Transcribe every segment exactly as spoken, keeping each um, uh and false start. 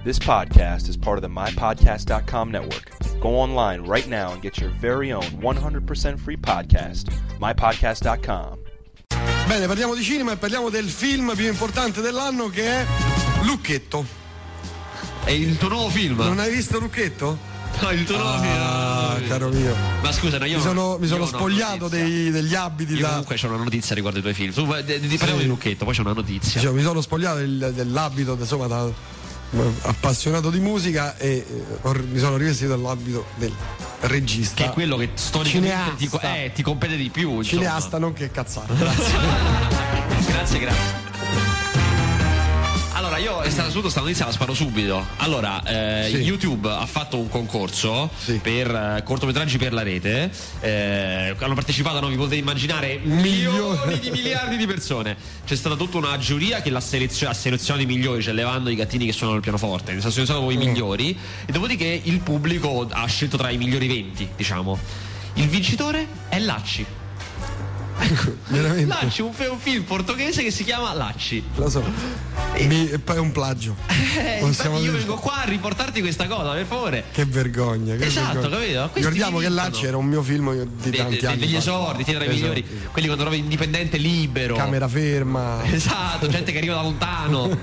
This podcast is part of the my podcast dot com network. Go online right now and get your very own one hundred percent free podcast, my podcast dot com. Bene, parliamo di cinema e parliamo del film più importante dell'anno, che è Lucchetto. È il tuo nuovo film? Non hai visto Lucchetto? No, il tuo nuovo ah, film. Caro mio. Ma scusa, no, io mi sono, non, mi sono spogliato dei, degli abiti. Io da... comunque c'ho una notizia riguardo i tuoi film. Tu ti parliamo di Lucchetto, poi c'è una notizia. Cioè, mi sono spogliato del, dell'abito, insomma, da appassionato di musica, e or, mi sono rivestito dell'abito del regista, che è quello che storicamente ti, eh, ti compete di più, insomma. Cineasta, non che cazzata. Grazie. grazie, grazie. Allora, io è stata subito sta notizia, la sparo subito. Allora, eh, sì. YouTube ha fatto un concorso sì. per eh, cortometraggi per la rete. Eh, hanno partecipato, no, vi potete immaginare, milioni di miliardi di persone. C'è stata tutta una giuria che l'ha selezio- ha selezionato i migliori, cioè levando i gattini che suonano il pianoforte. Ne ha selezionato i migliori. Mm. E dopodiché il pubblico ha scelto tra i migliori venti, diciamo. Il vincitore è Lacci. Veramente? Lacci, un, un film portoghese che si chiama Lacci. Lo so. E, Mi, e poi è un plagio. Eh, io dire... vengo qua a riportarti questa cosa, per favore. Che vergogna. Che esatto, vergogna. Capito? Ricordiamo che Lacci era un mio film di de, tanti de, anni. Degli fa. esordi, tra i esatto. migliori. Quelli quando trovi indipendente, libero. Camera ferma. Esatto, gente che arriva da lontano.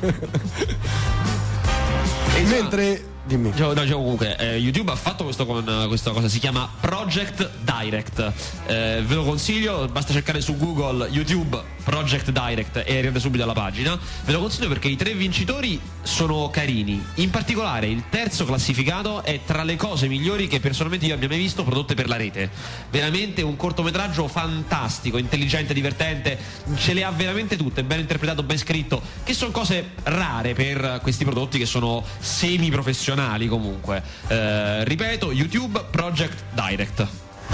Mentre. Dimmi. No, no, comunque eh, YouTube ha fatto questo con uh, questa cosa, si chiama Project Direct. Eh, ve lo consiglio, basta cercare su Google YouTube Project Direct e arrivate subito alla pagina. Ve lo consiglio perché i tre vincitori sono carini. In particolare il terzo classificato è tra le cose migliori che personalmente io abbia mai visto prodotte per la rete. Veramente un cortometraggio fantastico, intelligente, divertente, ce le ha veramente tutte, ben interpretato, ben scritto, che sono cose rare per questi prodotti che sono semi professionali. Comunque, eh, ripeto, YouTube Project Direct.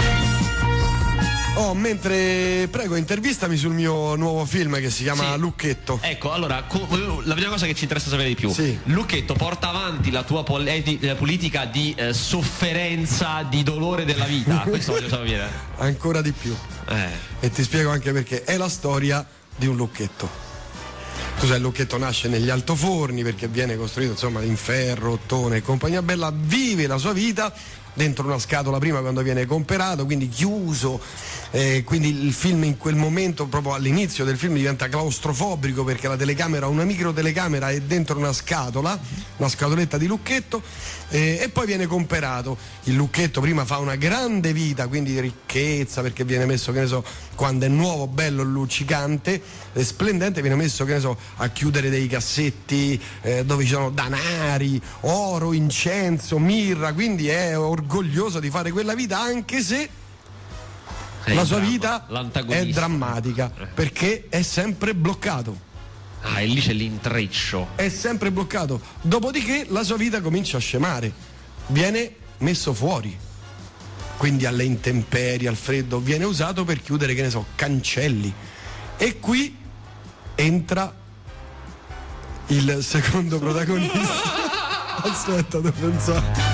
Oh, mentre prego, intervistami sul mio nuovo film che si chiama sì. Lucchetto. Ecco, allora, co- la prima cosa che ci interessa sapere di più. Sì. Lucchetto porta avanti la tua politi- la politica di eh, sofferenza, di dolore della vita. Questo voglio sapere. Ancora di più. Eh. E ti spiego anche perché. È la storia di un lucchetto. Tu sai, il lucchetto nasce negli altoforni perché viene costruito, insomma, in ferro, ottone e compagnia bella. Vive la sua vita dentro una scatola prima quando viene comperato, quindi chiuso, eh, quindi il film in quel momento, proprio all'inizio del film, diventa claustrofobico perché la telecamera, una micro telecamera, è dentro una scatola, una scatoletta di lucchetto, eh, e poi viene comperato. Il lucchetto prima fa una grande vita, quindi di ricchezza, perché viene messo, che ne so, quando è nuovo, bello, luccicante e splendente, viene messo, che ne so, a chiudere dei cassetti eh, dove ci sono danari, oro, incenso, mirra, quindi è orgoglioso di fare quella vita, anche se è la sua dramma, vita è drammatica perché è sempre bloccato. Ah, e lì c'è l'intreccio. È sempre bloccato. Dopodiché la sua vita comincia a scemare, viene messo fuori, quindi alle intemperie, al freddo, viene usato per chiudere, che ne so, cancelli. E qui entra il secondo protagonista. Aspetta, devo pensare.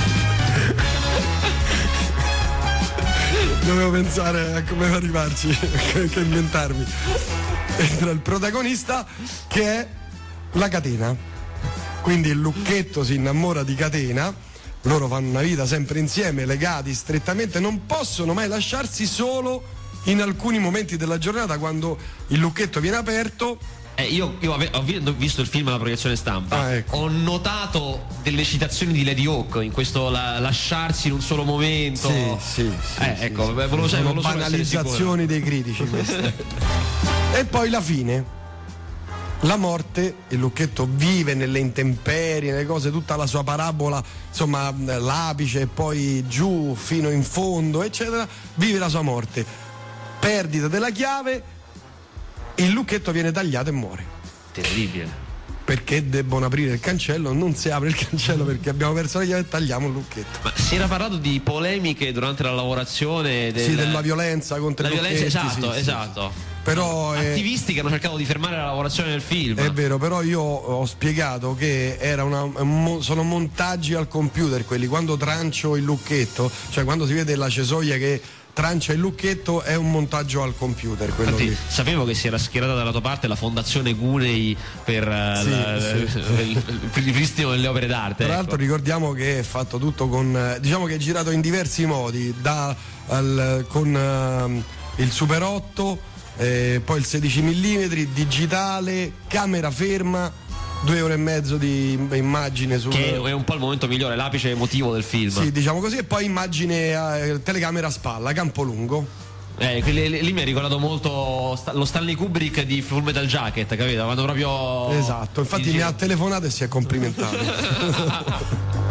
Dovevo pensare a come arrivarci, che, che inventarmi. Entra il protagonista, che è la Catena. Quindi il lucchetto si innamora di Catena, loro fanno una vita sempre insieme, legati strettamente, non possono mai lasciarsi, solo in alcuni momenti della giornata, quando il lucchetto viene aperto. Eh, io, io ave- ho visto il film alla proiezione stampa, ah, ecco. Ho notato delle citazioni di Lady Hawk in questo la- lasciarsi in un solo momento. Sì, sì, sì, eh, sì, ecco, sì. volevo Sono volevo banalizzazioni dei critici queste. E poi la fine, la morte. Il lucchetto vive nelle intemperie, nelle cose, tutta la sua parabola, insomma, l'apice e poi giù fino in fondo, eccetera. Vive la sua morte, perdita della chiave. Il lucchetto viene tagliato e muore. Terribile. Perché debbono aprire il cancello, non si apre il cancello perché abbiamo perso la chiave e tagliamo il lucchetto. Ma si era parlato di polemiche durante la lavorazione del... Sì, della violenza contro la i violenza, lucchetti. esatto, sì, esatto. Sì, sì. Però attivisti eh, che hanno cercato di fermare la lavorazione del film. È vero, però io ho spiegato che era una, mo, sono montaggi al computer quelli. Quando trancio il lucchetto, cioè quando si vede la cesoia che trancia il lucchetto, è un montaggio al computer quello. Infatti, lì. sapevo che si era schierata dalla tua parte la fondazione Cunei per Sì, la, sì. il, il, il ripristino delle opere d'arte. Tra ecco. l'altro ricordiamo che è fatto tutto con, diciamo che è girato in diversi modi, da, al, con uh, il Super otto, eh, poi il sedici millimetri, digitale, camera ferma, due ore e mezzo di immagine sul... Che è un po' il momento migliore, l'apice emotivo del film. Sì, diciamo così, e poi immagine eh, telecamera a spalla, campo lungo. Eh, lì, lì mi ha ricordato molto lo Stanley Kubrick di Full Metal Jacket, capito? Quando proprio... Esatto, infatti mi ha telefonato e si è complimentato.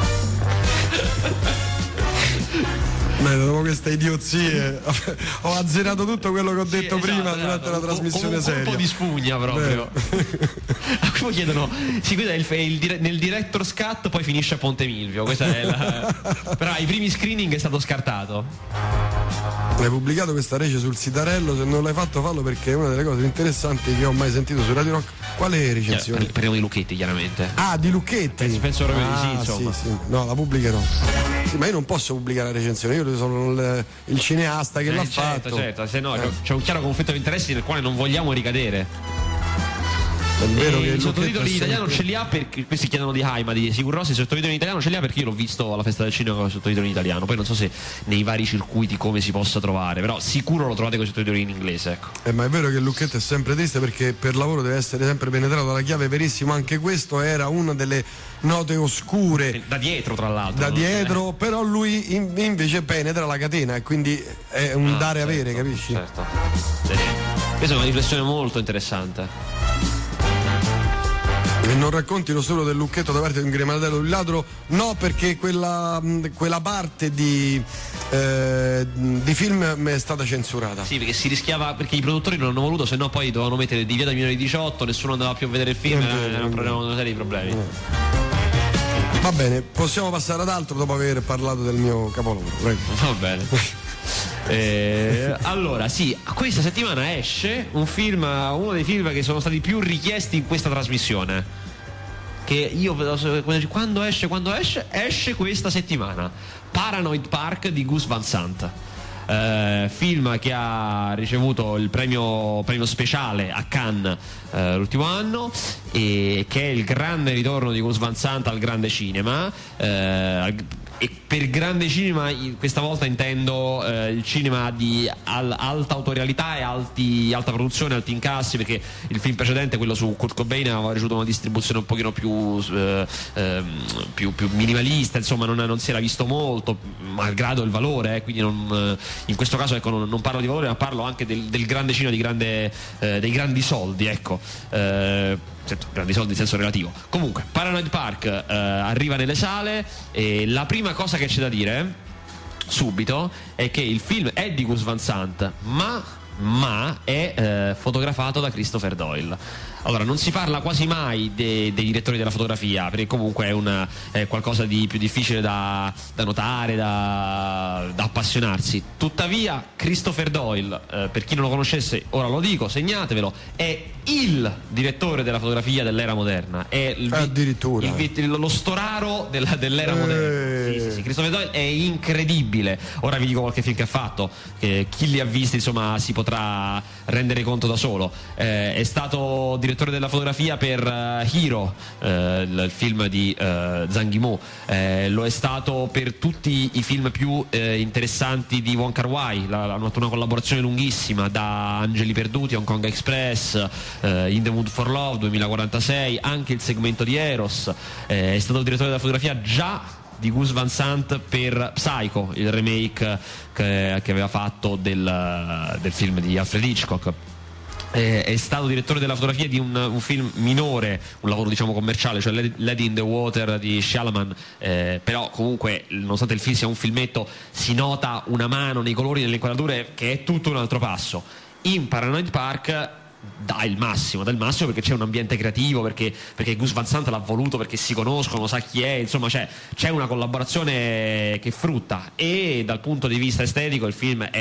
Beh, dopo queste idiozie ho azzerato tutto quello che ho Sì, detto esatto, prima esatto. durante la trasmissione un, un seria. Un po' di spugna proprio. Poi chiedono, sì, questo è il, il dire, nel director's cut poi finisce a Ponte Milvio. Questa è la, però ai primi screening è stato scartato. Hai pubblicato questa rece sul Sitarello, se non l'hai fatto fallo perché è una delle cose interessanti che ho mai sentito su Radio Rock. Quale recensione? Parliamo di Lucchetti, chiaramente. Ah, di Lucchetti? Penso, penso proprio ah, di sì, insomma. Sì, sì. No, la pubblicherò. Sì, ma io non posso pubblicare la recensione, io sono il, il cineasta che Eh, l'ha certo, fatto. certo, se no Eh. c'è, c'è un chiaro conflitto di interessi nel quale non vogliamo ricadere. È vero E che i il sottotitoli in Lucchetto è italiano sempre- ce li ha perché questi chiedono di Haima di Sigur Rós, i sottotitoli in italiano ce li ha perché io l'ho visto alla festa del cinema con i sottotitoli in italiano, poi non so se nei vari circuiti come si possa trovare, però sicuro lo trovate con i sottotitoli in inglese, ecco. Eh, ma è vero che il Lucchetto è sempre triste perché per lavoro deve essere sempre penetrato dalla chiave, verissimo, anche questo era una delle note oscure Da dietro tra l'altro. da no? dietro, però lui in- invece penetra la catena e quindi è un Ah, dare certo, avere, capisci? Certo. Sì, sì. Questa è una riflessione molto interessante. E non racconti lo storia del Lucchetto da parte di un grimatello di ladro? No, perché quella, mh, quella parte di, eh, di film mi è stata censurata. Sì, perché si rischiava, perché i produttori non hanno voluto, se no poi dovevano mettere divieto ai minori di diciotto, nessuno andava più a vedere il film, Non è vero, era non un è problema, vero. una serie di problemi. Va bene, possiamo passare ad altro dopo aver parlato del mio capolavoro. Prego. Va bene. Eh, allora, sì, questa settimana esce un film, uno dei film che sono stati più richiesti in questa trasmissione. Che io quando esce, quando esce, esce questa settimana. Paranoid Park di Gus Van Sant. Eh, film che ha ricevuto il premio, premio speciale a Cannes eh, l'ultimo anno, e che è il grande ritorno di Gus Van Sant al grande cinema. Eh, e per grande cinema questa volta intendo eh, il cinema di al, alta autorialità e alti, alta produzione, alti incassi, perché il film precedente, quello su Kurt Cobain, aveva ricevuto una distribuzione un pochino più, eh, ehm, più, più minimalista, insomma non, non si era visto molto, malgrado il valore, eh, quindi non, in questo caso ecco, non, non parlo di valore, ma parlo anche del, del grande cinema, di grande, eh, dei grandi soldi, ecco. Eh, certo, grandi soldi in senso relativo. Comunque, Paranoid Park eh, arriva nelle sale, e la prima cosa che c'è da dire subito è che il film è di Gus Van Sant, ma, ma è eh, fotografato da Christopher Doyle. Allora, non si parla quasi mai de, dei direttori della fotografia, perché comunque è, una, è qualcosa di più difficile da, da notare, da, da appassionarsi. Tuttavia, Christopher Doyle, eh, per chi non lo conoscesse, ora lo dico, segnatevelo, è il direttore della fotografia dell'era moderna. È il, Addirittura. il, il, lo storaro della, dell'era Eh. moderna. Sì, sì, sì. Christopher Doyle è incredibile. Ora vi dico qualche film che ha fatto, che chi li ha visti insomma si potrà rendere conto da solo. Eh, è stato direttore della fotografia per uh, Hero, eh, il, il film di uh, Zhang Yimou, eh, lo è stato per tutti i film più eh, interessanti di Wong Kar-wai. La- hanno fatto una collaborazione lunghissima, da Angeli Perduti, Hong Kong Express, eh, In the Mood for Love duemilaquarantasei, anche il segmento di Eros. Eh, è stato il direttore della fotografia già di Gus Van Sant per Psycho, il remake che, che aveva fatto del, del film di Alfred Hitchcock. Eh, è stato direttore della fotografia di un, un film minore, un lavoro diciamo commerciale, cioè Lady in the Water di Shyamalan, eh, però comunque nonostante il film sia un filmetto si nota una mano nei colori, nelle inquadrature, che è tutto un altro passo. In Paranoid Park dà il massimo, dà il massimo perché c'è un ambiente creativo, perché, perché Gus Van Sant l'ha voluto, perché si conoscono, sa chi è, insomma c'è, c'è una collaborazione che frutta, e dal punto di vista estetico il film è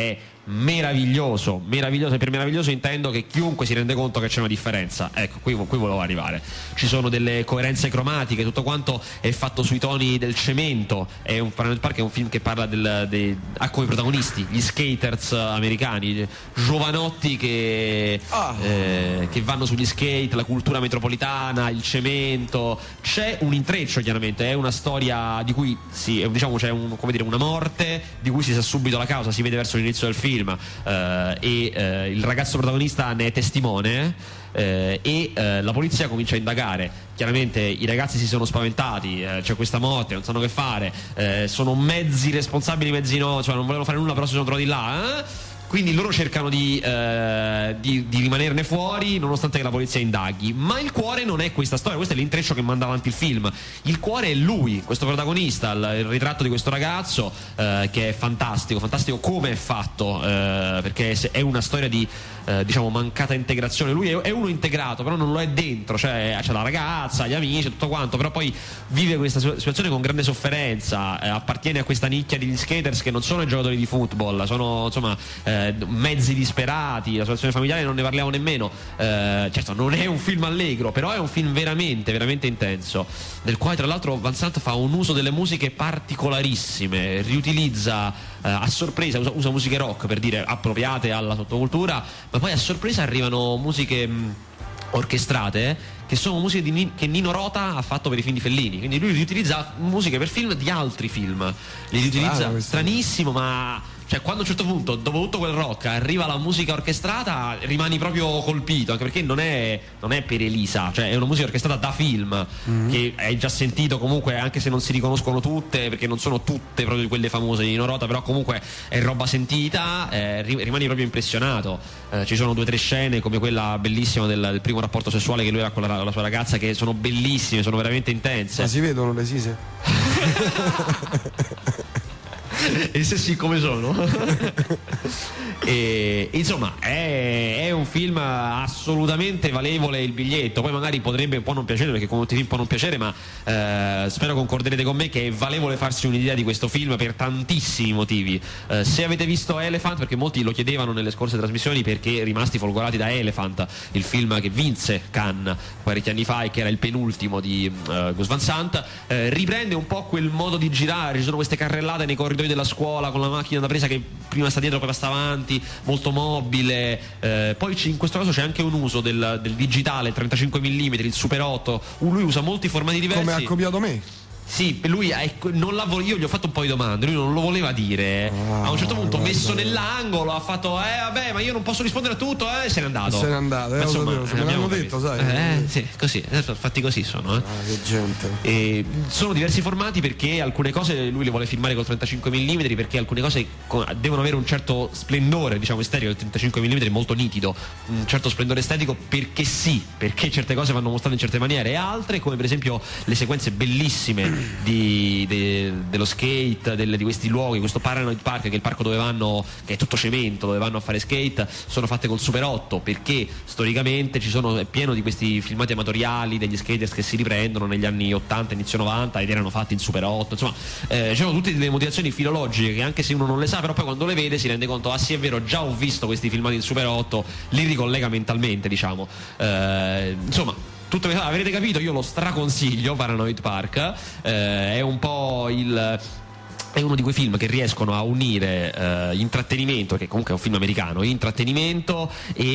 meraviglioso, meraviglioso, e per meraviglioso intendo che chiunque si rende conto che c'è una differenza. Ecco, qui, qui volevo arrivare. Ci sono delle coerenze cromatiche, tutto quanto è fatto sui toni del cemento. È un Paranoid Park è un film che parla del, dei, ha come protagonisti gli skaters americani, giovanotti che, ah. eh, che vanno sugli skate, la cultura metropolitana, il cemento. C'è un intreccio, chiaramente, è una storia di cui sì, diciamo c'è un, come dire, una morte di cui si sa subito la causa, si vede verso l'inizio del film. Film, eh, e eh, il ragazzo protagonista ne è testimone, eh, e eh, la polizia comincia a indagare. Chiaramente i ragazzi si sono spaventati, eh, c'è questa morte, non sanno che fare, eh, sono mezzi responsabili, mezzi no, cioè non volevano fare nulla, però si sono trovati là, eh? Quindi loro cercano di, eh, di, di rimanerne fuori nonostante che la polizia indaghi. Ma il cuore non è questa storia, questo è l'intreccio che manda avanti il film. Il cuore è lui, questo protagonista, il, il ritratto di questo ragazzo, eh, che è fantastico, fantastico come è fatto, eh, perché è una storia di eh, diciamo mancata integrazione. Lui è, è uno integrato, però non lo è dentro, cioè c'è la ragazza, gli amici, tutto quanto, però poi vive questa situazione con grande sofferenza, eh, appartiene a questa nicchia degli skaters che non sono i giocatori di football, sono insomma eh, mezzi disperati, la situazione familiare non ne parliamo nemmeno, eh, certo non è un film allegro, però è un film veramente veramente intenso, del quale tra l'altro Van Sant fa un uso delle musiche particolarissime, riutilizza eh, a sorpresa, usa, usa musiche rock per dire appropriate alla sottocultura, ma poi a sorpresa arrivano musiche mh, orchestrate, che sono musiche di Ni- che Nino Rota ha fatto per i film di Fellini, quindi lui riutilizza musiche per film di altri film, li riutilizza, ah, stranissimo, ma cioè quando a un certo punto, dopo tutto quel rock, arriva la musica orchestrata, rimani proprio colpito, anche perché non è, non è per Elisa, cioè è una musica orchestrata da film, mm-hmm. che hai già sentito comunque, anche se non si riconoscono tutte, perché non sono tutte proprio quelle famose di Nino Rota, però comunque è roba sentita, eh, rimani proprio impressionato. Eh, ci sono due o tre scene come quella bellissima del, del primo rapporto sessuale che lui ha con la, la sua ragazza, che sono bellissime, sono veramente intense. Ma si vedono le sise? E se sì, come sono? E, insomma è, è un film assolutamente valevole il biglietto. Poi magari potrebbe un po' non piacere, perché come tutti i film può non piacere, ma eh, spero concorderete con me che è valevole farsi un'idea di questo film per tantissimi motivi. Eh, se avete visto Elephant, perché molti lo chiedevano nelle scorse trasmissioni, perché rimasti folgorati da Elephant, il film che vinse Cannes parecchi anni fa e che era il penultimo di uh, Gus Van Sant, eh, riprende un po' quel modo di girare. Ci sono queste carrellate nei corridoi della scuola con la macchina da presa che prima sta dietro, poi sta avanti, molto mobile. Eh, poi in questo caso c'è anche un uso del, del digitale, il trentacinque millimetri, il Super otto. Lui usa molti formati diversi. Come ha copiato me. Sì, lui è, non la, io gli ho fatto un po' di domande, lui non lo voleva dire. Ah, a un certo punto, messo nell'angolo, ha fatto eh vabbè, ma io non posso rispondere a tutto, eh, e se n'è andato. Se n'è andato, eh, insomma, lo so, me l'hanno detto, sai. Eh, sì, così, fatti così sono. Eh. Ah, che gente. E sono diversi formati, perché alcune cose lui le vuole filmare col trentacinque millimetri, perché alcune cose devono avere un certo splendore, diciamo estetico. Il trentacinque millimetri è molto nitido, un certo splendore estetico, perché sì, perché certe cose vanno mostrate in certe maniere, e altre, come per esempio le sequenze bellissime Di, de, dello skate, del, di questi luoghi, questo Paranoid Park, che è il parco dove vanno, che è tutto cemento, dove vanno a fare skate, sono fatte col Super otto, perché storicamente ci sono, è pieno di questi filmati amatoriali degli skaters che si riprendono negli anni ottanta, inizio novanta, ed erano fatti in Super otto. Insomma, eh, ci sono tutte delle motivazioni filologiche che anche se uno non le sa, però poi quando le vede si rende conto, ah sì è vero, già ho visto questi filmati in Super otto, li ricollega mentalmente, diciamo. Eh, insomma, tutto, avrete capito, io lo straconsiglio Paranoid Park. Eh, è un po' il è uno di quei film che riescono a unire eh, intrattenimento, che comunque è un film americano, intrattenimento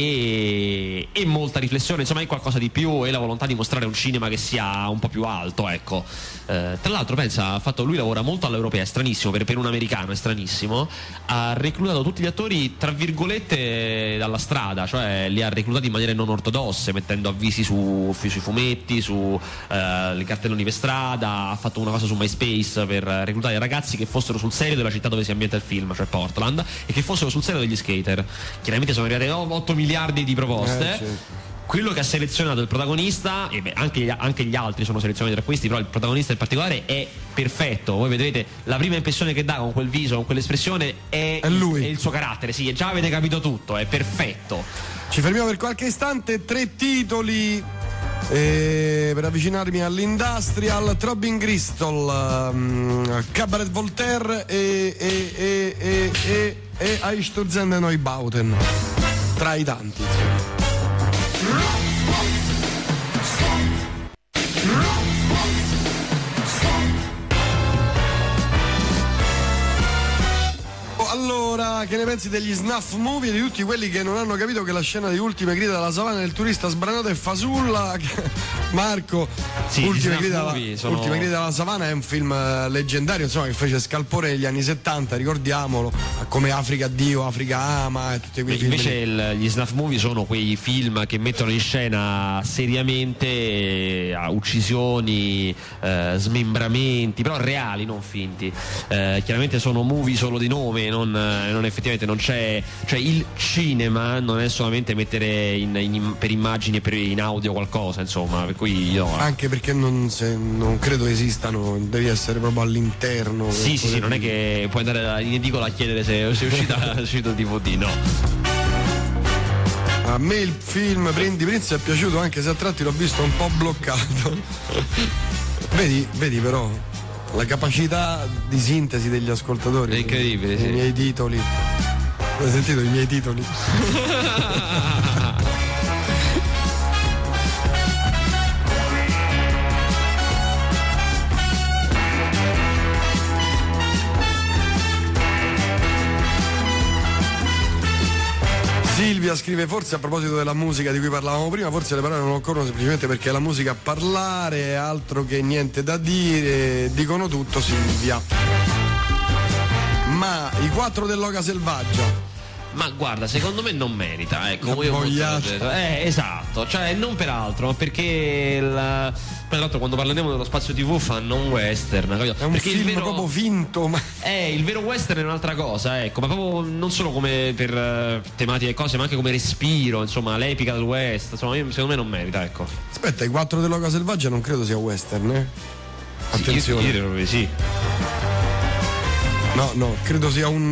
e, e molta riflessione, insomma è qualcosa di più, e la volontà di mostrare un cinema che sia un po' più alto, ecco. Eh, tra l'altro pensa, ha fatto, lui lavora molto all'europea, è stranissimo per, per un americano, è stranissimo. Ha reclutato tutti gli attori tra virgolette dalla strada, cioè li ha reclutati in maniere non ortodosse, mettendo avvisi su, sui fumetti, su eh, i cartelloni per strada. Ha fatto una cosa su MySpace per reclutare i ragazzi che fossero sul serio della città dove si ambienta il film, cioè Portland, e che fossero sul serio degli skater. Chiaramente sono arrivate otto miliardi di proposte. Eh, certo. Quello che ha selezionato il protagonista, e beh, anche, gli, anche gli altri sono selezionati tra questi, però il protagonista in particolare è perfetto. Voi vedrete la prima impressione che dà con quel viso, con quell'espressione, è, è lui, è il suo carattere, sì, e già avete capito tutto, è perfetto. Ci fermiamo per qualche istante, tre titoli eh, per avvicinarmi all'Industrial: Throbbing Gristle, um, Cabaret Voltaire e, e, e, e, e e Einstürzende Neubauten, tra i tanti. Allora, che ne pensi degli snuff movie, di tutti quelli che non hanno capito che la scena di Ultime grida dalla savana del turista sbranato e fasulla? Marco, sì, Ultime grida, alla, sono... Ultime grida dalla savana è un film leggendario, insomma, che fece scalpore negli anni settanta, ricordiamolo, come Africa Dio, Africa Ama e tutti quei film. Invece il, gli snuff movie sono quei film che mettono in scena seriamente eh, uccisioni, eh, smembramenti, però reali, non finti. Eh, chiaramente sono movie solo di nome, non, non effettivamente non c'è, cioè il cinema non è solamente mettere in, in, per immagini e per in audio qualcosa, insomma, per cui io, anche perché non, se, non credo esistano, devi essere proprio all'interno. Sì, sì, sì, non è che puoi andare in edicola a chiedere se, se è uscita è uscito il D V D, no. A me il film Prendi Prince è piaciuto, anche se a tratti l'ho visto un po' bloccato. vedi, vedi però la capacità di sintesi degli ascoltatori. È incredibile, i sì. miei titoli. Hai sentito i miei titoli? Silvia scrive: forse a proposito della musica di cui parlavamo prima, forse le parole non occorrono semplicemente perché la musica a parlare, altro che niente da dire, dicono tutto. Silvia. Ma i quattro dell'Oca Selvaggia, ma guarda, secondo me non merita, ecco. Una Io boiata. eh, esatto, cioè non per altro, ma perché il, tra l'altro quando parleremo dello spazio tivù fanno un western, capito? è un Perché film il vero, proprio finto, ma eh, il vero western è un'altra cosa, ecco, ma proprio non solo come per uh, tematiche e cose, ma anche come respiro, insomma, l'epica del west, insomma, io, secondo me non merita, ecco. aspetta, i quattro dell'Oca Selvaggia non credo sia western, eh? Attenzione. Sì, io, io direi sì. No, no, credo sia un,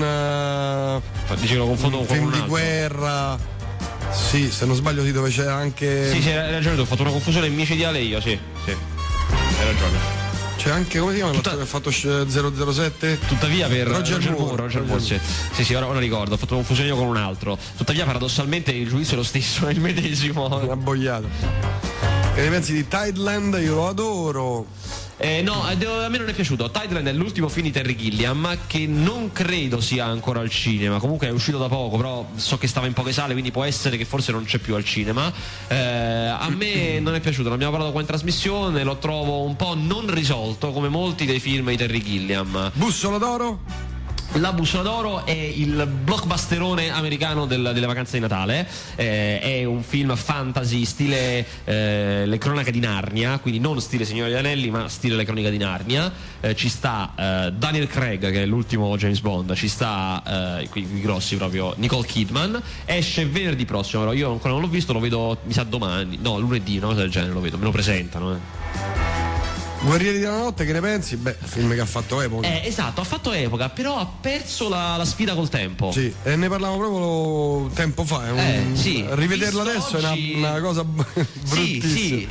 uh, Dice lo confondo un con film un di altro. guerra. Sì, se non sbaglio, sì, dove c'è anche. Sì, sì, hai ragione, ho fatto una confusione micidiale io, sì, sì. Hai ragione. C'è anche, come si chiama Tutta... l'attore che ha fatto zero zero sette? Tuttavia per Roger, Roger Moore, Moore, Roger Moore, sì. sì, sì, ora, ora ricordo, ho fatto una confusione io con un altro. Tuttavia paradossalmente il giudizio è lo stesso, è il medesimo. Una boiata. Che ne pensi di Tideland? Io lo adoro. Eh, no, a me non è piaciuto. Tideland è l'ultimo film di Terry Gilliam, che non credo sia ancora al cinema. Comunque è uscito da poco, però so che stava in poche sale, quindi può essere che forse non c'è più al cinema. Eh, a me non è piaciuto, ne abbiamo parlato qua in trasmissione, lo trovo un po' non risolto, come molti dei film di Terry Gilliam. Bussola d'oro? La bussola d'oro è il blockbusterone americano del, delle vacanze di Natale, eh, è un film fantasy stile eh, Le cronache di Narnia, quindi non stile Signore degli Anelli ma stile Le cronache di Narnia. Eh, ci sta eh, Daniel Craig, che è l'ultimo James Bond, ci sta eh, qui, qui grossi proprio Nicole Kidman. Esce venerdì prossimo, però io ancora non l'ho visto, lo vedo mi sa domani, no lunedì, una cosa del genere, lo vedo, me lo presentano eh. Guerrieri della notte, che ne pensi? Beh, film che ha fatto epoca. Eh, esatto, ha fatto epoca, però ha perso la, la sfida col tempo. Sì, e ne parlavamo proprio tempo fa. È un... Eh, sì. Rivederla Visto adesso oggi... è una, una cosa bruttissima. Sì, sì.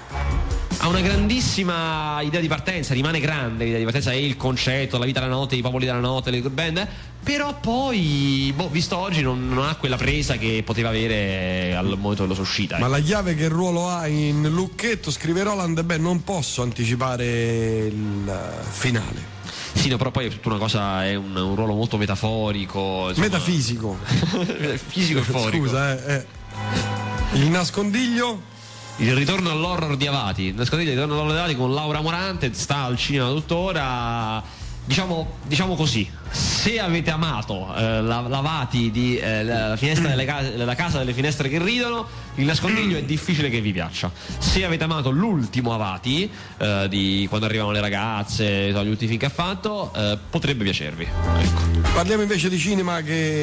Ha una grandissima idea di partenza, rimane grande l'idea di partenza, è il concetto, la vita della notte, i popoli della notte, le band, però poi, boh, visto oggi non, non ha quella presa che poteva avere al momento della sua uscita. Ma eh. la chiave che ruolo ha in Lucchetto, scrive Roland, beh, non posso anticipare il finale. Sì, no, però poi è tutta una cosa, è un, un ruolo molto metaforico, insomma. Metafisico. Fisico e forico. Scusa, eh, eh. Il nascondiglio? Il ritorno all'horror di Avati, il nascondiglio il ritorno all'horror di Avati con Laura Morante, sta al cinema tuttora. Diciamo, diciamo così, se avete amato eh, la, l'Avati di eh, la, finestra delle case, la casa delle finestre che ridono, il nascondiglio è difficile che vi piaccia. Se avete amato l'ultimo Avati eh, di quando arrivano le ragazze, gli ultimi film che ha fatto, eh, potrebbe piacervi, ecco. Parliamo invece di cinema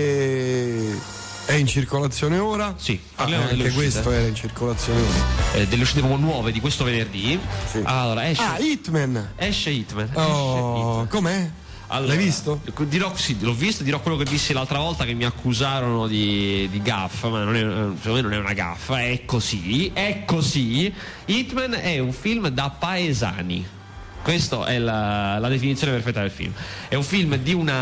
che è in circolazione ora. Sì, ah, parliamo anche delle uscite. questo era in circolazione ora. Eh, delle uscite proprio nuove di questo venerdì. Sì. Allora esce, Ah, Hitman. esce Hitman. Oh, esce Hitman. com'è? Allora, l'hai visto? Dirò, sì, l'ho visto, dirò quello che dissi l'altra volta, che mi accusarono di, di gaffa, ma non è, secondo me non è una gaffa, è così, è così. Hitman è un film da paesani. Questa è la, la definizione perfetta del film. È un film di una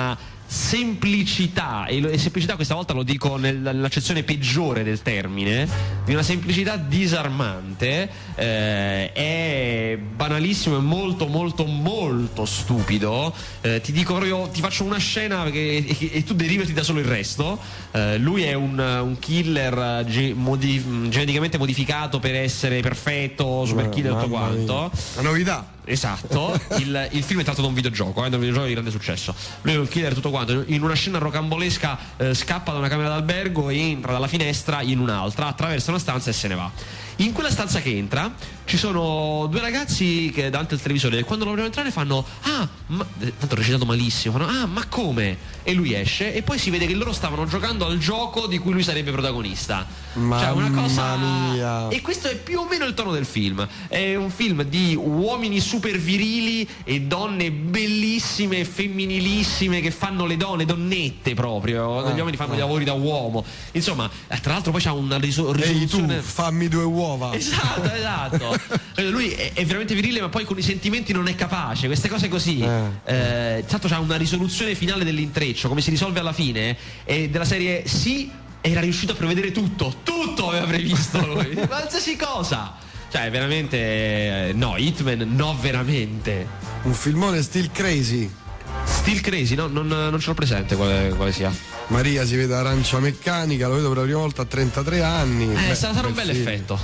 semplicità, e, lo, e semplicità questa volta lo dico nel, nell'accezione peggiore del termine, di una semplicità disarmante. Eh, è banalissimo e molto molto molto stupido. Eh, ti dico proprio, ti faccio una scena che, e, e tu derivati da solo il resto. Eh, lui è un, un killer ge, modi, geneticamente modificato per essere perfetto, super killer e tutto quanto. La novità. Esatto, il, il film è tratto da un videogioco, eh, da un videogioco di grande successo. Lui è un killer tutto quanto. In una scena rocambolesca eh, scappa da una camera d'albergo e entra dalla finestra in un'altra, attraversa una stanza e se ne va. In quella stanza che entra ci sono due ragazzi che davanti al televisore, e quando lo vogliono entrare fanno ah, ma, tanto recitato malissimo, fanno ah, ma come? E lui esce e poi si vede che loro stavano giocando al gioco di cui lui sarebbe protagonista. Mamma cioè una cosa mia. E questo è più o meno il tono del film. È un film di uomini super virili e donne bellissime, femminilissime, che fanno le donne, donnette proprio. Ah, gli uomini fanno ah. gli lavori da uomo. Insomma, tra l'altro poi c'ha una riso- risoluzione. Ehi tu, fammi due uova. Esatto, esatto. Lui è, è veramente virile, ma poi con i sentimenti non è capace. Queste cose così. Eh. Eh, tanto c'ha una risoluzione finale dell'intreccio, come si risolve alla fine, e della serie sì, era riuscito a prevedere tutto. Tutto aveva previsto lui. Qualsiasi cosa. Cioè, veramente. No, Hitman, no, veramente. Un filmone still crazy. Still Crazy, no? Non, non ce l'ho presente quale, quale sia. Maria si vede Arancia Meccanica, lo vedo per la prima volta a trentatré anni. Eh, Beh, sarà un bel film. effetto.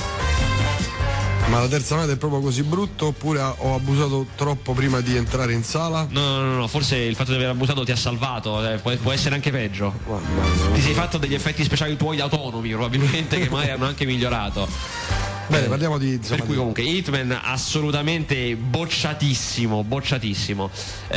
Ma la terza nave è proprio così brutto, oppure ho abusato troppo prima di entrare in sala? No, no, no, forse il fatto di aver abusato ti ha salvato, eh, può, può essere anche peggio. Ti sei fatto degli effetti speciali tuoi autonomi, probabilmente, che magari hanno anche migliorato. Bene, parliamo di. Insomma, per cui comunque Hitman assolutamente bocciatissimo, bocciatissimo.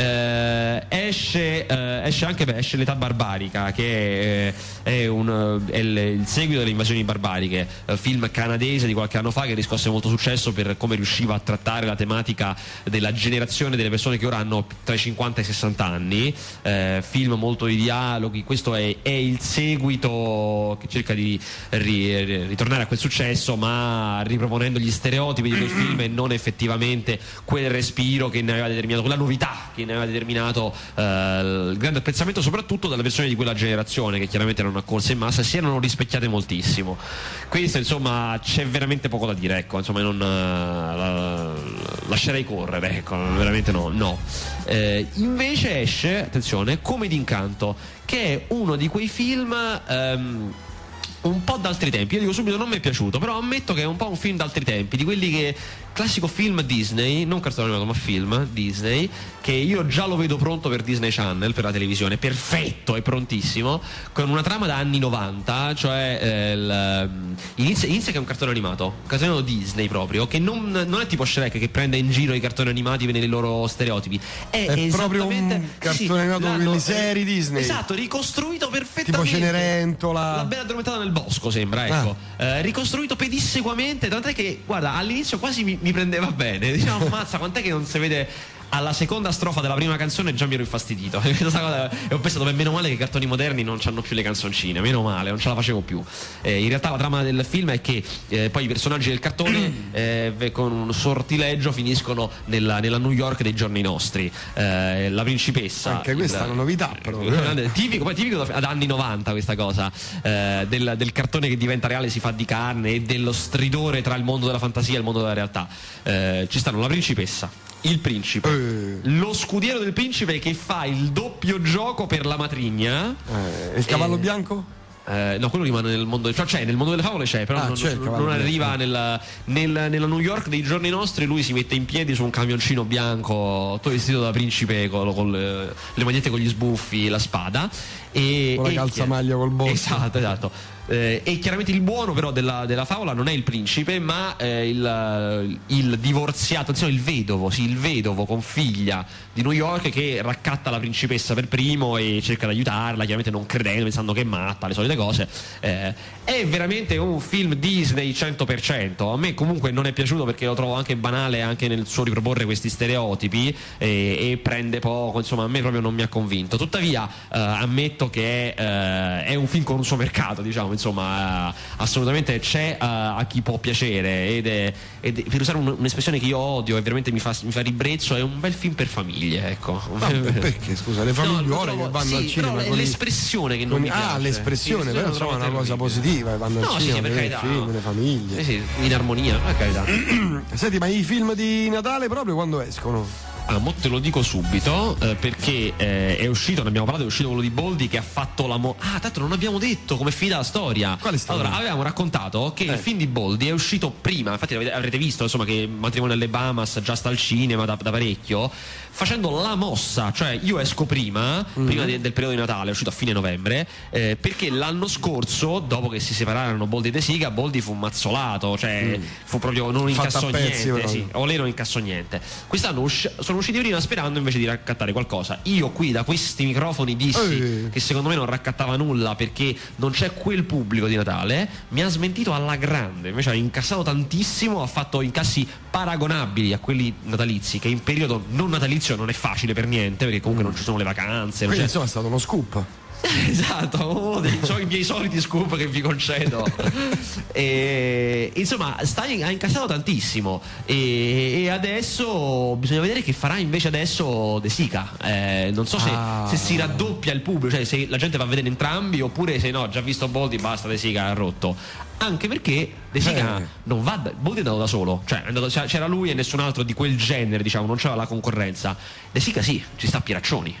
Eh, esce, eh, esce anche beh, esce l'età barbarica, che è, è, un, è il, il seguito delle invasioni barbariche, eh, film canadese di qualche anno fa che riscosse molto successo per come riusciva a trattare la tematica della generazione delle persone che ora hanno tra i cinquanta e i sessanta anni. Eh, film molto di dialoghi. Questo è, è il seguito che cerca di ri, ri, ritornare a quel successo, ma riproponendo gli stereotipi di quel film e non effettivamente quel respiro che ne aveva determinato, quella novità che ne aveva determinato eh, il grande apprezzamento soprattutto dalle persone di quella generazione, che chiaramente erano accorse in massa e si erano rispecchiate moltissimo. Questo insomma c'è veramente poco da dire, ecco, insomma non la, lascerei correre, ecco, veramente no, no. Eh, invece esce, attenzione, Come d'Incanto, che è uno di quei film ehm, un po' d'altri tempi. Io dico subito, non mi è piaciuto, però ammetto che è un po' un film d'altri tempi, di quelli che, classico film Disney, non cartone animato ma film Disney, che io già lo vedo pronto per Disney Channel, per la televisione, perfetto, è prontissimo, con una trama da anni novanta, cioè eh, il, inizia, inizia che è un cartone animato, un cartone animato Disney proprio, che non, non è tipo Shrek che prende in giro i cartoni animati nei loro stereotipi, è, è proprio un sì, sì, cartone animato, l'hanno, quelle serie Disney, esatto, ricostruito perfettamente, tipo Cenerentola, La Bella Addormentata nel bosco sembra, ecco, ah. eh, ricostruito pedissequamente, tant'è che guarda, all'inizio quasi mi, mi prendeva bene, diciamo ammazza, quant'è che non si vede. Alla seconda strofa della prima canzone già mi ero infastidito e ho pensato, beh, meno male che i cartoni moderni non hanno più le canzoncine, meno male, non ce la facevo più. Eh, in realtà la trama del film è che eh, poi i personaggi del cartone eh, con un sortileggio finiscono nella, nella New York dei giorni nostri. Eh, la principessa, anche questa il, è una novità però, eh. tipico, poi tipico ad anni novanta questa cosa, eh, del, del cartone che diventa reale, si fa di carne, e dello stridore tra il mondo della fantasia e il mondo della realtà. Eh, ci stanno la principessa, il principe, eh. lo scudiero del principe che fa il doppio gioco per la matrigna, eh. il cavallo eh. bianco? Eh, no, quello rimane nel mondo, cioè c'è nel mondo delle favole, c'è, però ah, non, c'è non, non arriva nella, nel, nella New York dei giorni nostri. Lui si mette in piedi su un camioncino bianco, tutto vestito da principe, con, con le, le magliette con gli sbuffi, la spada e con la e calzamaglia col bolso. Esatto, esatto. Eh, e chiaramente il buono però della, della favola non è il principe, ma eh, il, il divorziato, insomma il vedovo, sì, il vedovo con figlia di New York, che raccatta la principessa per primo e cerca di aiutarla, chiaramente non credendo, pensando che è matta, le solite cose. Eh, è veramente un film Disney cento per cento. A me comunque non è piaciuto perché lo trovo anche banale, anche nel suo riproporre questi stereotipi, e, e prende poco, insomma a me proprio non mi ha convinto. Tuttavia eh, ammetto che è, eh, è un film con un suo mercato, diciamo, insomma, assolutamente c'è a, a chi può piacere, ed è, ed è, per usare un, un'espressione che io odio e veramente mi fa, mi fa ribrezzo, è un bel film per famiglie, ecco. Vabbè, perché scusa, le famigliuole no, che vanno sì, al cinema però con l'espressione che non con, mi piace. Ah, l'espressione, sì, però insomma è una cosa positiva, vanno no, al sì, cinema sì, per per carità, film, no. le famiglie. Sì, sì, in armonia, per carità. Senti, ma i film di Natale proprio quando escono? Ah, mo te lo dico subito, eh, perché eh, è uscito, ne abbiamo parlato, è uscito quello di Boldi che ha fatto la mo- ah, tanto non abbiamo detto come è finita la storia. Quale storia? Allora, avevamo raccontato che Eh. il film di Boldi è uscito prima, infatti avete- avrete visto insomma che Matrimonio alle Bahamas già sta al cinema da, da parecchio, facendo la mossa, cioè io esco prima, Mm-hmm. prima de- del periodo di Natale, è uscito a fine novembre, eh, perché l'anno scorso, dopo che si separarono Boldi e De Sica, Boldi fu mazzolato, cioè Mm. fu proprio, non Fatta incassò a pezzi, niente, proprio. sì, o lei non incassò niente. Quest'anno usci- sono usciti prima sperando invece di raccattare qualcosa. Io qui da questi microfoni dissi Ehi. che secondo me non raccattava nulla perché non c'è quel pubblico di Natale, mi ha smentito alla grande, invece ha incassato tantissimo, ha fatto incassi paragonabili a quelli natalizi, che in periodo non natalizio non è facile per niente, perché comunque non ci sono le vacanze, non Quindi c'è... insomma è stato uno scoop. Esatto, uno dei so- i miei soliti scoop che vi concedo. E, insomma, sta in- ha incassato tantissimo e, e adesso bisogna vedere che farà invece adesso De Sica. Eh, non so se, Ah. se si raddoppia il pubblico, cioè se la gente va a vedere entrambi, oppure se no, già visto Boldi, basta, De Sica ha rotto. Anche perché De Sica Eh. non va da, Boldi è andato da solo, cioè è andato- c'era lui e nessun altro di quel genere, diciamo, non c'era la concorrenza. De Sica sì, ci sta Pieraccioni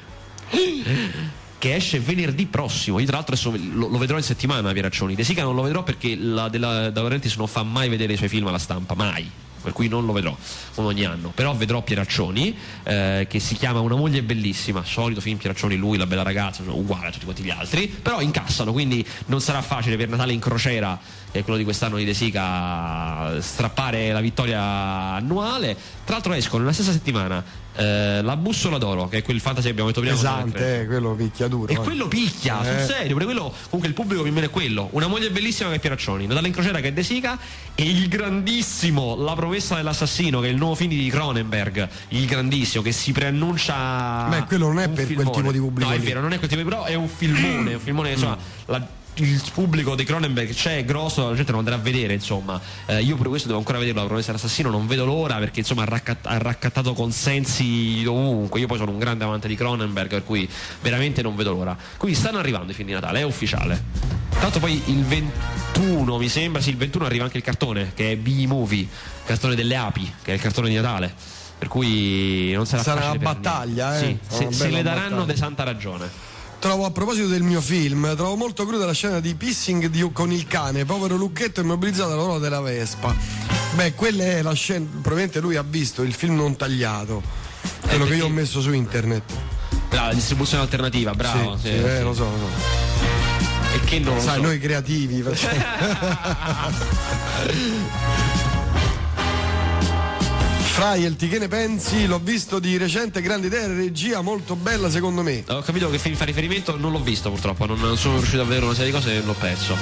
che esce venerdì prossimo. Io tra l'altro adesso lo, lo vedrò in settimana Pieraccioni. De Sica non lo vedrò perché la della De Laurentiis non fa mai vedere i suoi film alla stampa, mai, per cui non lo vedrò come ogni anno. Però vedrò Pieraccioni, eh, che si chiama Una moglie bellissima, solito film Pieraccioni, lui, la bella ragazza, cioè, uguale a tutti quanti gli altri, però incassano, quindi non sarà facile per Natale in crociera, eh, quello di quest'anno di De Sica, strappare la vittoria annuale. Tra l'altro escono nella stessa settimana eh, La bussola d'oro, che è quel fantasy che abbiamo detto prima, Pesante, eh, quello picchia duro. e eh. quello picchia, Eh. sul serio, perché quello, comunque il pubblico più o meno è quello. Una moglie bellissima che è Pieraccioni, Natale in crociera che è De Sica, e il grandissimo La promessa dell'assassino, che è il nuovo film di Cronenberg, il grandissimo, che si preannuncia. Beh, quello non è un per quel filmone. tipo di pubblico No, è lì. vero, non è quel tipo di, però è un filmone, un filmone, insomma, la- il pubblico di Cronenberg c'è, è grosso, la gente lo andrà a vedere, insomma. Eh, io per questo devo ancora vedere La promessa dell'assassino, non vedo l'ora, perché insomma ha, raccat- ha raccattato consensi ovunque. Io poi sono un grande amante di Cronenberg, per cui veramente non vedo l'ora. Quindi stanno arrivando i film di Natale, è ufficiale. Tra l'altro poi il ventuno, mi sembra, sì, il ventuno arriva anche il cartone, che è B-Movie, il cartone delle api, che è il cartone di Natale. Per cui non sarà, Sarà facile una per battaglia, niente. eh? Sì, Una se, se bella le daranno battaglia. de santa ragione. Trovo, a proposito del mio film, trovo molto cruda la scena di pissing di- con il cane, povero Lucchetto immobilizzato alla ruota della Vespa. Beh, quella è la scena, probabilmente lui ha visto il film non tagliato, quello che io ho messo su internet. Brava, la distribuzione alternativa, bravo. sì, sì, sì, eh, sì. lo so, lo so. E che non lo Sai, so. noi creativi facciamo. Fraielti, che ne pensi? L'ho visto di recente, grande idea, regia molto bella secondo me. Ho capito che film fa riferimento, non l'ho visto purtroppo, non, non sono riuscito a vedere una serie di cose e l'ho perso.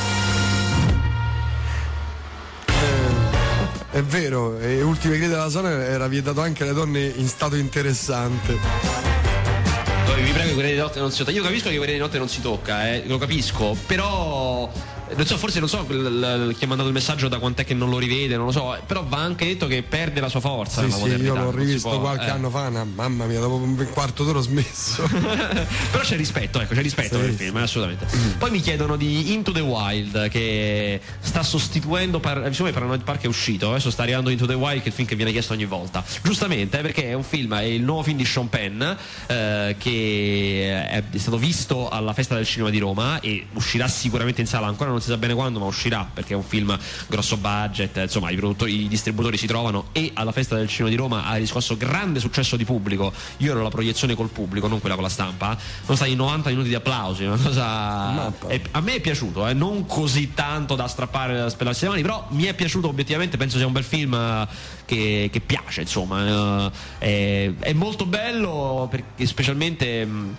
È vero, e Ultime Grida della zona era vietato anche alle donne in stato interessante. Poi vi prego che quelle di notte non si tocca. Io capisco che quelle di notte non si tocca, eh, lo capisco, però non so, forse non so l- l- chi ha mandato il messaggio da quant'è che non lo rivede, non lo so, però va anche detto che perde la sua forza Sì, nella sì, modernità. io l'ho non si rivisto può, qualche eh. anno fa, una- mamma mia, dopo un quarto d'ora ho smesso. Però c'è rispetto, ecco, c'è rispetto Sì, per il sì. film, eh, assolutamente. Poi mi chiedono di Into the Wild, che sta sostituendo par- insomma, Paranoid Park è uscito, adesso sta arrivando Into the Wild, che è il film che viene chiesto ogni volta. Giustamente, eh, perché è un film, è il nuovo film di Sean Penn, eh, che è stato visto alla Festa del Cinema di Roma e uscirà sicuramente in sala, ancora non si sa bene quando, ma uscirà perché è un film grosso budget, insomma i produttori, i distributori si trovano, e alla Festa del Cinema di Roma ha riscosso grande successo di pubblico. Io ero la proiezione col pubblico, non quella con la stampa, sono stati novanta minuti di applausi, una cosa è, a me è piaciuto, eh, non così tanto da strappare da spellarsi le mani, però mi è piaciuto obiettivamente, penso sia un bel film eh, che, che piace, insomma, eh, è, è molto bello perché specialmente mh,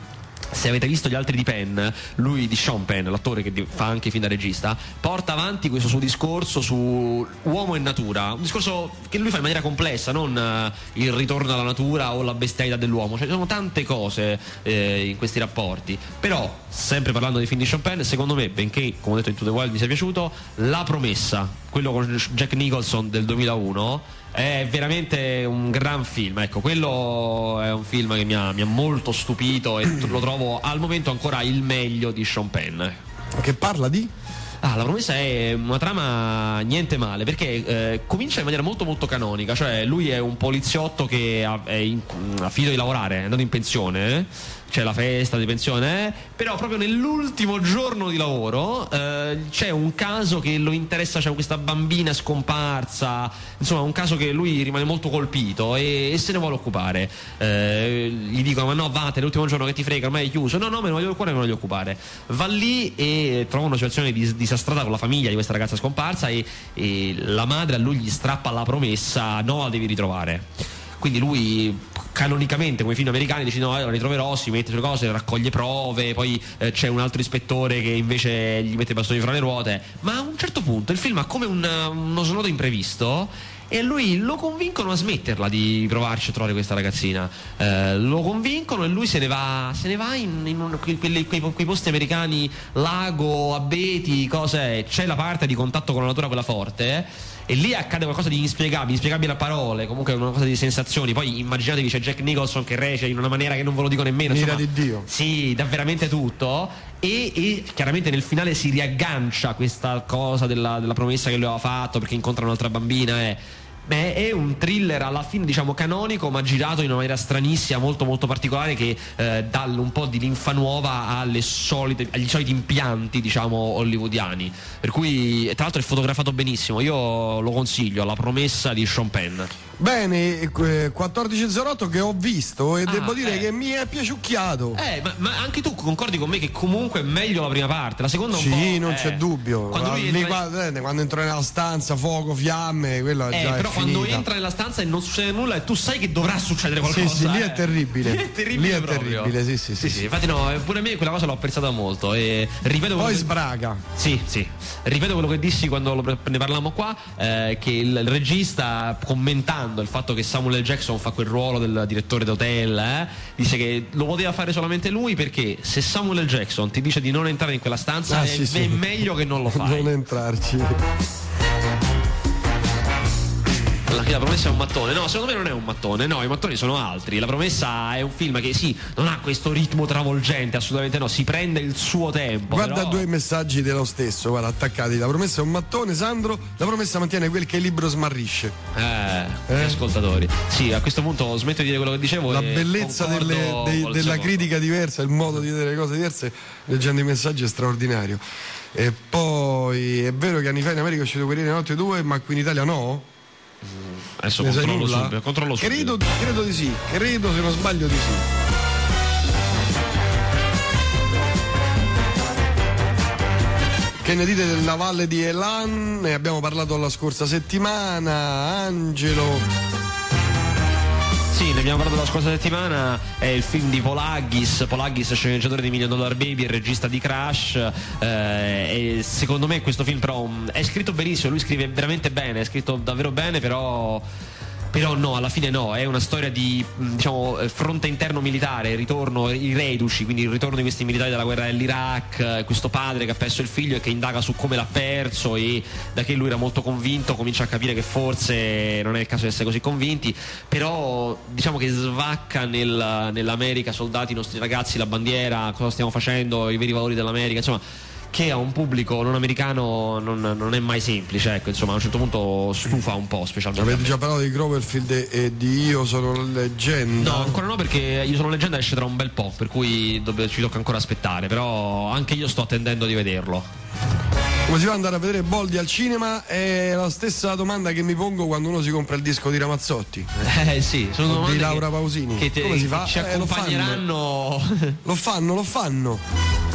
se avete visto gli altri di Penn, lui di Sean Penn, l'attore che fa anche fin da regista, porta avanti questo suo discorso su uomo e natura, un discorso che lui fa in maniera complessa, non uh, il ritorno alla natura o la bestialità dell'uomo, cioè ci sono tante cose eh, in questi rapporti, però sempre parlando di film di Sean Penn, secondo me, benché come ho detto Into the Wild mi sia piaciuto, La Promessa, quello con Jack Nicholson del duemilauno, è veramente un gran film, ecco, quello è un film che mi ha, mi ha molto stupito e lo trovo al momento ancora il meglio di Sean Penn. Che parla di? Ah, La Promessa è una trama niente male, perché eh, comincia in maniera molto molto canonica, cioè lui è un poliziotto che ha, è in, ha finito di lavorare, è andato in pensione, eh? C'è la festa di pensione, eh? Però proprio nell'ultimo giorno di lavoro eh, c'è un caso che lo interessa, c'è questa bambina scomparsa, insomma un caso che lui rimane molto colpito e, e se ne vuole occupare. Eh, gli dicono: ma no, vattene, l'ultimo giorno che ti frega, ormai è chiuso. No, no, me ne voglio occupare, me ne voglio occupare. Va lì e trova una situazione dis- disastrata con la famiglia di questa ragazza scomparsa e, e la madre a lui gli strappa la promessa: no, la devi ritrovare. Quindi lui canonicamente, come i film americani, dice: no, la ritroverò, si mette sulle cose, raccoglie prove, poi eh, c'è un altro ispettore che invece gli mette i bastoni fra le ruote, ma a un certo punto il film ha come un, uno snodo imprevisto e lui lo convincono a smetterla di provarci a trovare questa ragazzina, eh, lo convincono e lui se ne va se ne va in, in un, quei, quei, quei posti americani, lago, abeti, cose, c'è la parte di contatto con la natura quella forte, eh? E lì accade qualcosa di inspiegabile, inspiegabile a parole, comunque una cosa di sensazioni. Poi immaginatevi c'è Jack Nicholson che recita in una maniera che non ve lo dico nemmeno, Mira insomma, di Dio. Sì, dà veramente tutto. E, e chiaramente nel finale si riaggancia questa cosa della, della promessa che lui aveva fatto, perché incontra un'altra bambina. Eh. Beh, è un thriller alla fine, diciamo, canonico, ma girato in una maniera stranissima, molto molto particolare, che eh, dà un po' di linfa nuova alle solite, agli soliti impianti, diciamo, hollywoodiani. Per cui, tra l'altro, è fotografato benissimo. Io lo consiglio, La Promessa di Sean Penn. Bene, eh, quattordici zero otto che ho visto e Ah, devo dire eh. che mi è piaciucchiato. Eh, ma, ma anche tu concordi con me che comunque è meglio la prima parte, la seconda un Sì, po', non eh, c'è dubbio. Quando lui Lì, entra in- quando, quando entro nella stanza, fuoco, fiamme, quello Eh, già però è quando finita. entra nella stanza e non succede nulla e tu sai che dovrà succedere qualcosa. Sì, sì, lì eh. è terribile. Lì è terribile. Lì è proprio. terribile, sì, sì, sì, sì. Infatti no, eh, pure a me quella cosa l'ho apprezzata molto e ripeto Poi quello che- sbraga. Sì, sì. Ripeto quello che dissi quando lo pre- ne parlammo qua, eh, che il, il regista, commentando il fatto che Samuel L. Jackson fa quel ruolo del direttore d'hotel, eh, dice che lo poteva fare solamente lui, perché se Samuel L. Jackson ti dice di non entrare in quella stanza, Ah, è, sì, sì. è meglio che non lo fai. Non entrarci. La, la promessa è un mattone. No, secondo me non è un mattone. No, i mattoni sono altri. La promessa è un film che sì, non ha questo ritmo travolgente, assolutamente no. Si prende il suo tempo. Guarda però... due messaggi dello stesso, guarda, attaccati. La promessa è un mattone, Sandro. La promessa mantiene quel che il libro smarrisce. Eh, Eh? gli ascoltatori. Sì, a questo punto smetto di dire quello che dicevo. La e bellezza concordo delle- dei- col della secondo. critica diversa, il modo di vedere le cose diverse, leggendo i messaggi è straordinario. E poi è vero che anni fa in America è uscito Guerrieri Notte due, ma qui in Italia no? Adesso Ne sai controllo nulla? subito, controllo subito. Credo, credo di sì, credo se non sbaglio di sì. Che ne dite della Valle di Elan? Ne abbiamo parlato la scorsa settimana. Angelo. Sì, ne abbiamo parlato la scorsa settimana, è il film di Paul Haggis, Paul Haggis sceneggiatore di Million Dollar Baby e regista di Crash, eh, e secondo me questo film però um, è scritto benissimo, lui scrive veramente bene, è scritto davvero bene, però... Però no, alla fine no, è una storia di, diciamo, fronte interno militare, il ritorno, i reduci, quindi il ritorno di questi militari dalla guerra dell'Iraq, questo padre che ha perso il figlio e che indaga su come l'ha perso, e da che lui era molto convinto comincia a capire che forse non è il caso di essere così convinti, però diciamo che svacca nel, nell'America, soldati, i nostri ragazzi, la bandiera, cosa stiamo facendo, i veri valori dell'America, insomma, che a un pubblico non americano non, non è mai semplice, ecco, insomma a un certo punto stufa un po', specialmente. Avete già parlato di Cloverfield e di Io sono leggenda? No, ancora no, perché Io sono leggenda esce tra un bel po', per cui dove ci tocca ancora aspettare, però anche io sto attendendo di vederlo. Come si va ad andare a vedere Boldi al cinema? È la stessa domanda che mi pongo quando uno si compra il disco di Ramazzotti. Eh sì, sono O domande di Laura che, Pausini. che te- Come si fa? che ci Eh, lo fanno. accompagneranno. Lo fanno, lo fanno.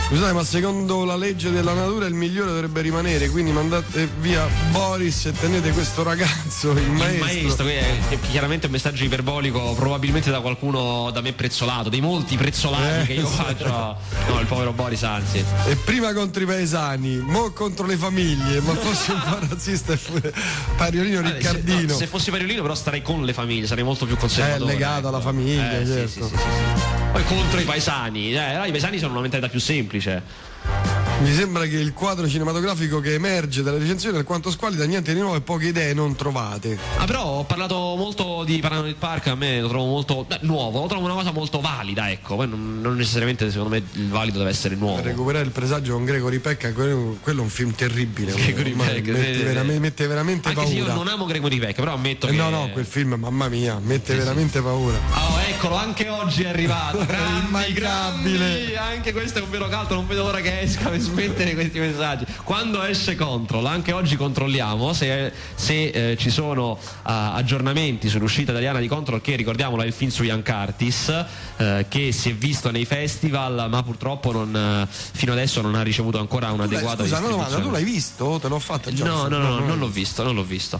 Scusate, ma secondo la legge della natura il migliore dovrebbe rimanere, quindi mandate via Boris e tenete questo ragazzo, il, il maestro. maestro che è, che è chiaramente un messaggio iperbolico, probabilmente da qualcuno da me prezzolato, dei molti prezzolati eh, che io faccio. No, il povero Boris, anzi. E prima contro i paesani, mo contro le famiglie, ma fossi un po' razzista e Pariolino allora, Riccardino. Se, no, se fossi Pariolino però starei con le famiglie, sarei molto più conservatore. È legato ecco. alla famiglia, eh, certo. Sì, sì, sì, sì. Poi contro i paesani, eh, no, i paesani sono una mentalità più semplice. Mi sembra che il quadro cinematografico che emerge dalle recensioni è alquanto squallida, niente di nuovo e poche idee non trovate. Ah, però ho parlato molto di Paranoid Park, a me lo trovo molto eh, nuovo, lo trovo una cosa molto valida, ecco. Poi non, non necessariamente secondo me il valido deve essere nuovo. Per recuperare il presagio con Gregory Peck, quello, quello è un film terribile. Gregory Peck mette, sì, veramente, mette veramente anche paura. Anche se io non amo Gregory Peck, però ammetto eh, che no, no, quel film, mamma mia, mette sì, veramente sì. paura. Oh, eccolo, anche oggi è arrivato. Grandi, grandi. Anche questo è un vero caldo, non vedo l'ora che esca per smettere questi messaggi. Quando esce Control, anche oggi controlliamo se, se eh, ci sono uh, aggiornamenti sull'uscita italiana di Control, che ricordiamolo è il film su Ian Curtis, eh, che si è visto nei festival ma purtroppo non, eh, fino adesso non ha ricevuto ancora un'adeguata Scusa, distribuzione. Scusa, tu l'hai visto? Te l'ho fatto già? No, no, no, no, non l'ho visto, non l'ho visto.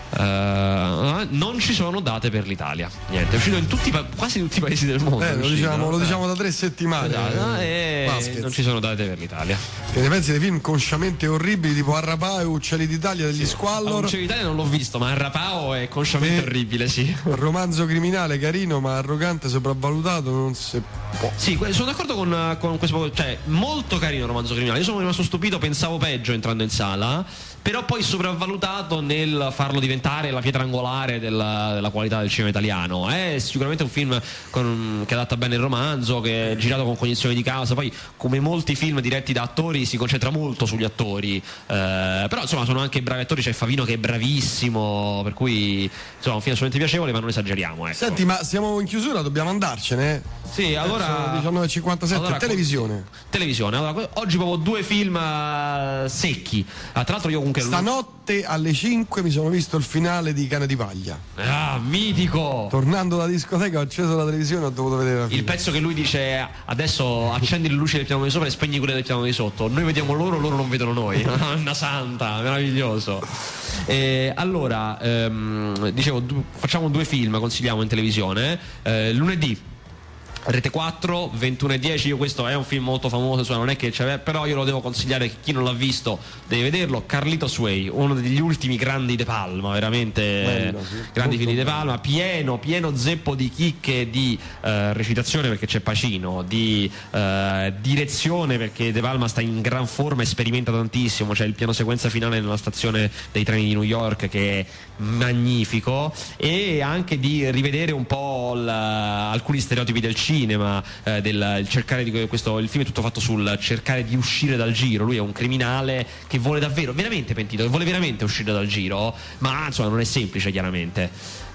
Uh, non ci sono date per l'Italia. Niente, è uscito in tutti, quasi tutti i paesi del mondo. Eh, lo, diciamo, lo diciamo da tre settimane. Esatto, eh, e non ci sono date per l'Italia. Che ne pensi dei film consciamente orribili tipo Arrapao e Uccelli d'Italia degli sì. Squallor? Uccelli d'Italia non l'ho visto, ma Arrapao è consciamente e orribile, sì. Romanzo criminale carino ma arrogante, sopravvalutato, non si può. Sì, sono d'accordo con, con questo, cioè molto carino il romanzo criminale. Io sono rimasto stupito, pensavo peggio entrando in sala, però poi sopravvalutato nel farlo diventare la pietra angolare della, della qualità del cinema italiano. È sicuramente un film con, che adatta bene il romanzo, che è girato con cognizione di causa. Poi, come molti film diretti da attori, si concentra molto sugli attori, eh, però insomma sono anche bravi attori. C'è Favino che è bravissimo, per cui insomma un film assolutamente piacevole, ma non esageriamo, ecco. Senti, ma siamo in chiusura, dobbiamo andarcene? Sì, allora diciannove e cinquantasette, allora, televisione. Televisione. Allora, oggi proprio due film uh, secchi. Ah, tra l'altro io comunque stanotte alle cinque mi sono visto il finale di Cane di Paglia. Ah, mitico! Tornando dalla discoteca ho acceso la televisione e ho dovuto vedere la fine. Il pezzo che lui dice: adesso accendi le luci del piano di sopra e spegni quelle del piano di sotto. Noi vediamo loro, loro non vedono noi. Una santa, meraviglioso. Eh, allora, ehm, dicevo, du- facciamo due film, consigliamo in televisione. Eh, lunedì Rete quattro, ventuno e dieci. Io questo è un film molto famoso, cioè non è che c'è, però io lo devo consigliare, che chi non l'ha visto deve vederlo. Carlitos Way, uno degli ultimi grandi De Palma, veramente bello, sì. Grandi film di De Palma, pieno, pieno zeppo di chicche, di uh, recitazione perché c'è Pacino, di uh, direzione perché De Palma sta in gran forma e sperimenta tantissimo. C'è il piano sequenza finale nella stazione dei treni di New York che è magnifico, e anche di rivedere un po' la, alcuni stereotipi del cinema. Cinema, eh, del il cercare di questo, il film è tutto fatto sul cercare di uscire dal giro. Lui è un criminale che vuole davvero, veramente pentito, che vuole veramente uscire dal giro, ma insomma non è semplice, chiaramente.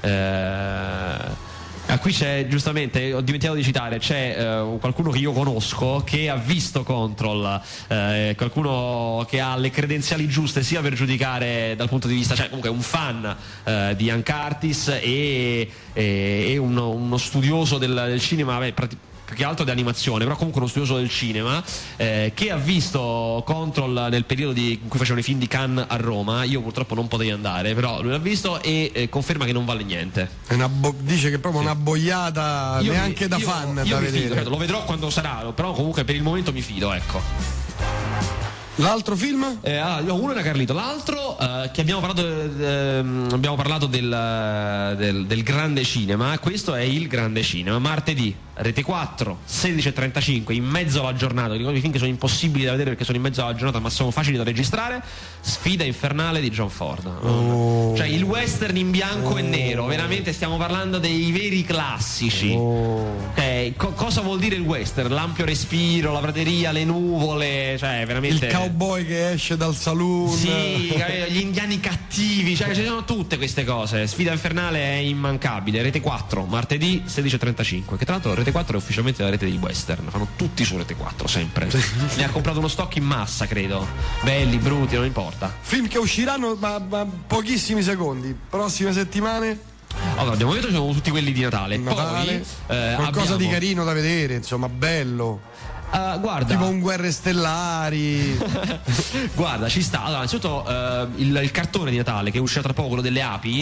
Eh... Ah, qui c'è, giustamente, ho dimenticato di citare, c'è eh, qualcuno che io conosco che ha visto Control, eh, qualcuno che ha le credenziali giuste sia per giudicare dal punto di vista, cioè comunque un fan eh, di Ian Curtis e, e, e uno, uno studioso del, del cinema, beh, praticamente più che altro di animazione, però comunque uno studioso del cinema, eh, che ha visto Control nel periodo di, in cui facevano i film di Cannes a Roma. Io purtroppo non potevi andare, però lui l'ha visto e eh, conferma che non vale niente. È una bo- dice che è proprio sì. Una boiata io neanche mi, da io, fan io da mi vedere. Fido, certo, lo vedrò quando sarà, però comunque per il momento mi fido, ecco. L'altro film? Eh, ah, uno era Carlito, l'altro eh, che abbiamo parlato, eh, abbiamo parlato del, del, del grande cinema. Questo è il grande cinema. Martedì, Rete quattro, sedici e trentacinque, in mezzo alla giornata. Ricordo i film che sono impossibili da vedere perché sono in mezzo alla giornata, ma sono facili da registrare. Sfida infernale di John Ford. Oh. Cioè il western in bianco oh. e nero. Veramente stiamo parlando dei veri classici. Oh. Eh, co- cosa vuol dire il western? L'ampio respiro, la prateria, le nuvole, cioè veramente. Il cowboy che esce dal saloon. Sì, gli indiani cattivi, cioè ci sono tutte queste cose. Sfida infernale è immancabile. Rete quattro, martedì sedici e trentacinque. Che tra l'altro Rete quattro è ufficialmente la rete dei western. Fanno tutti su Rete quattro, sempre. Ne ha comprato uno stock in massa, credo. Belli, brutti, non importa. Film che usciranno ma, ma pochissimi secondi. Prossime settimane? Allora, abbiamo detto che sono tutti quelli di Natale. Natale Poi eh, qualcosa abbiamo... di carino da vedere, insomma, bello. Uh, guarda, tipo un Guerre Stellari. guarda, ci sta. Allora, innanzitutto uh, il, il cartone di Natale che uscirà tra poco, quello delle api,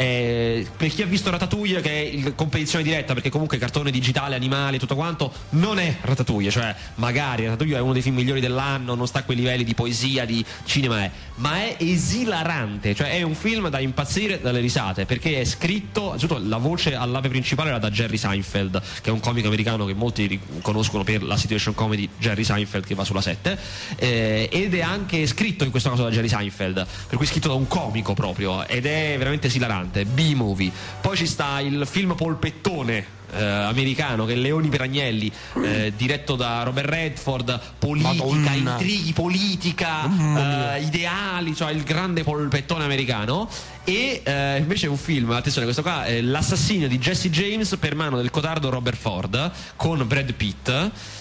eh, per chi ha visto Ratatouille, che è il competizione diretta, perché comunque cartone digitale, animali, tutto quanto, non è Ratatouille, cioè magari Ratatouille è uno dei film migliori dell'anno, non sta a quei livelli di poesia, di cinema, è, ma è esilarante, cioè è un film da impazzire dalle risate, perché è scritto, innanzitutto la voce all'ape principale era da Jerry Seinfeld, che è un comico americano che molti conoscono per la situation comedy Jerry Seinfeld, che va sulla sette, eh, ed è anche scritto in questo caso da Jerry Seinfeld, per cui scritto da un comico proprio, ed è veramente esilarante. B-movie. Poi ci sta il film polpettone Eh, americano, che è Leoni per Agnelli, eh, diretto da Robert Redford, politica, Madonna. intrighi, politica, eh, ideali, cioè il grande polpettone americano. E eh, invece è un film, attenzione, questo qua è L'assassinio di Jesse James per mano del codardo Robert Ford, con Brad Pitt,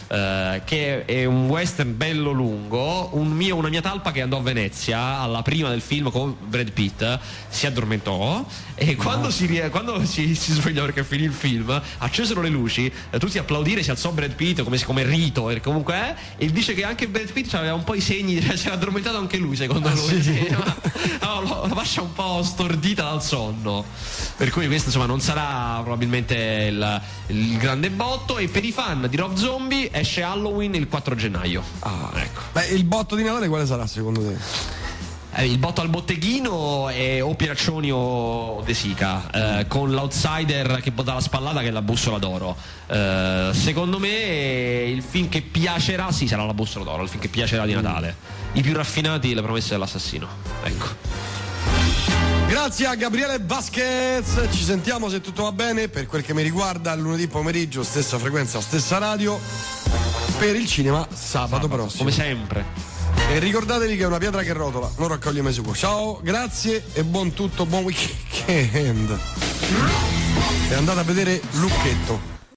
eh, che è un western bello lungo. Un mio, una mia talpa che andò a Venezia alla prima del film con Brad Pitt si addormentò, e quando, si, quando si, si svegliò perché finì il film, accesero le luci, eh, tutti applaudire, si alzò Brad Pitt come, come rito, e comunque è, e dice che anche Brad Pitt aveva un po' i segni, cioè, si era addormentato anche lui secondo ah, lui, sì, sì. no, no, la fascia un po' stordita dal sonno, per cui questo insomma non sarà probabilmente il, il grande botto. E per i fan di Rob Zombie esce Halloween il quattro gennaio. Ah, ecco. Beh, il botto di Natale quale sarà secondo te? Eh, il botto al botteghino è o Pieraccioni o De Sica, eh, con l'outsider che dà la spallata, che è La bussola d'oro. Eh, secondo me il film che piacerà, sì, sarà La bussola d'oro, il film che piacerà di Natale. I più raffinati, Le promesse dell'assassino. Ecco. Grazie a Gabriele Vasquez, ci sentiamo se tutto va bene, per quel che mi riguarda lunedì pomeriggio, stessa frequenza, stessa radio, per il cinema sabato, sabato prossimo. Come sempre. E ricordatevi che è una pietra che rotola non raccoglie mai succo. Ciao, grazie e buon tutto, buon weekend. E andate a vedere Lucchetto.